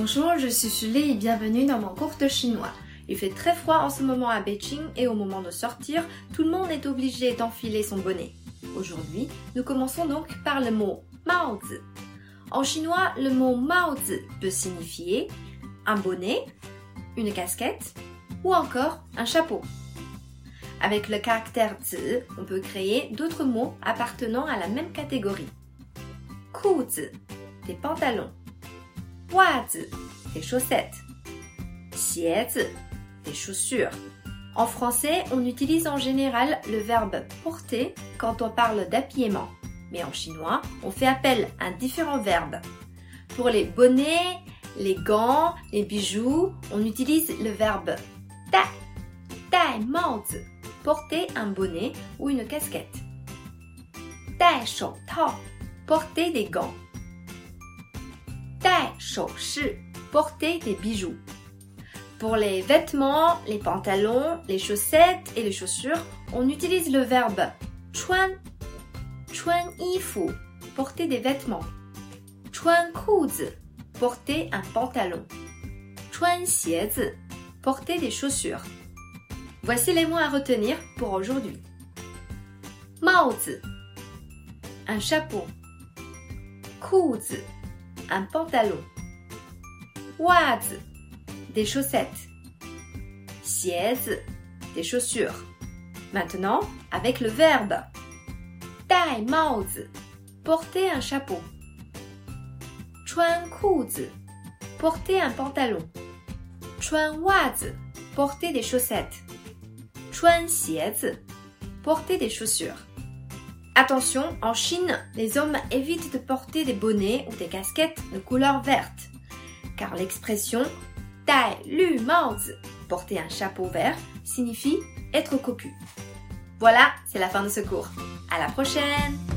Bonjour, je suis Shirley et bienvenue dans mon cours de chinois. Il fait très froid en ce moment à Beijing et au moment de sortir, tout le monde est obligé d'enfiler son bonnet. Aujourd'hui, nous commençons donc par le mot maozi. En chinois, le mot maozi peut signifier un bonnet, une casquette ou encore un chapeau. Avec le caractère zi, on peut créer d'autres mots appartenant à la même catégorie. Kuzi, des pantalons. Wazi, des chaussettes. Xiezi, des chaussures. En français, on utilise en général le verbe porter quand on parle d'habillement. Mais en chinois, on fait appel à différents verbes. Pour les bonnets, les gants, les bijoux, on utilise le verbe dai. Dai maozi, porter un bonnet ou une casquette. Dai shoutao, porter des gants. Dai shoushi, porter des bijoux. Pour les vêtements, les pantalons, les chaussettes et les chaussures, on utilise le verbe chuan. Chuan yifu, porter des vêtements. Chuan kuzi, porter un pantalon. Chuan xiezi, porter des chaussures. Voici les mots à retenir pour aujourd'hui. Maozi, un chapeau. Kuzi, un pantalon. Wazi, des chaussettes. Xiezi, des chaussures. Maintenant, avec le verbe dai maozi, porter un chapeau. Chuan kuzi, porter un pantalon. Chuan wazi, porter des chaussettes. Chuan xiezi, porter des chaussures. Attention, en Chine, les hommes évitent de porter des bonnets ou des casquettes de couleur verte, car l'expression dai lu maozi, porter un chapeau vert, signifie être cocu. Voilà, c'est la fin de ce cours. À la prochaine!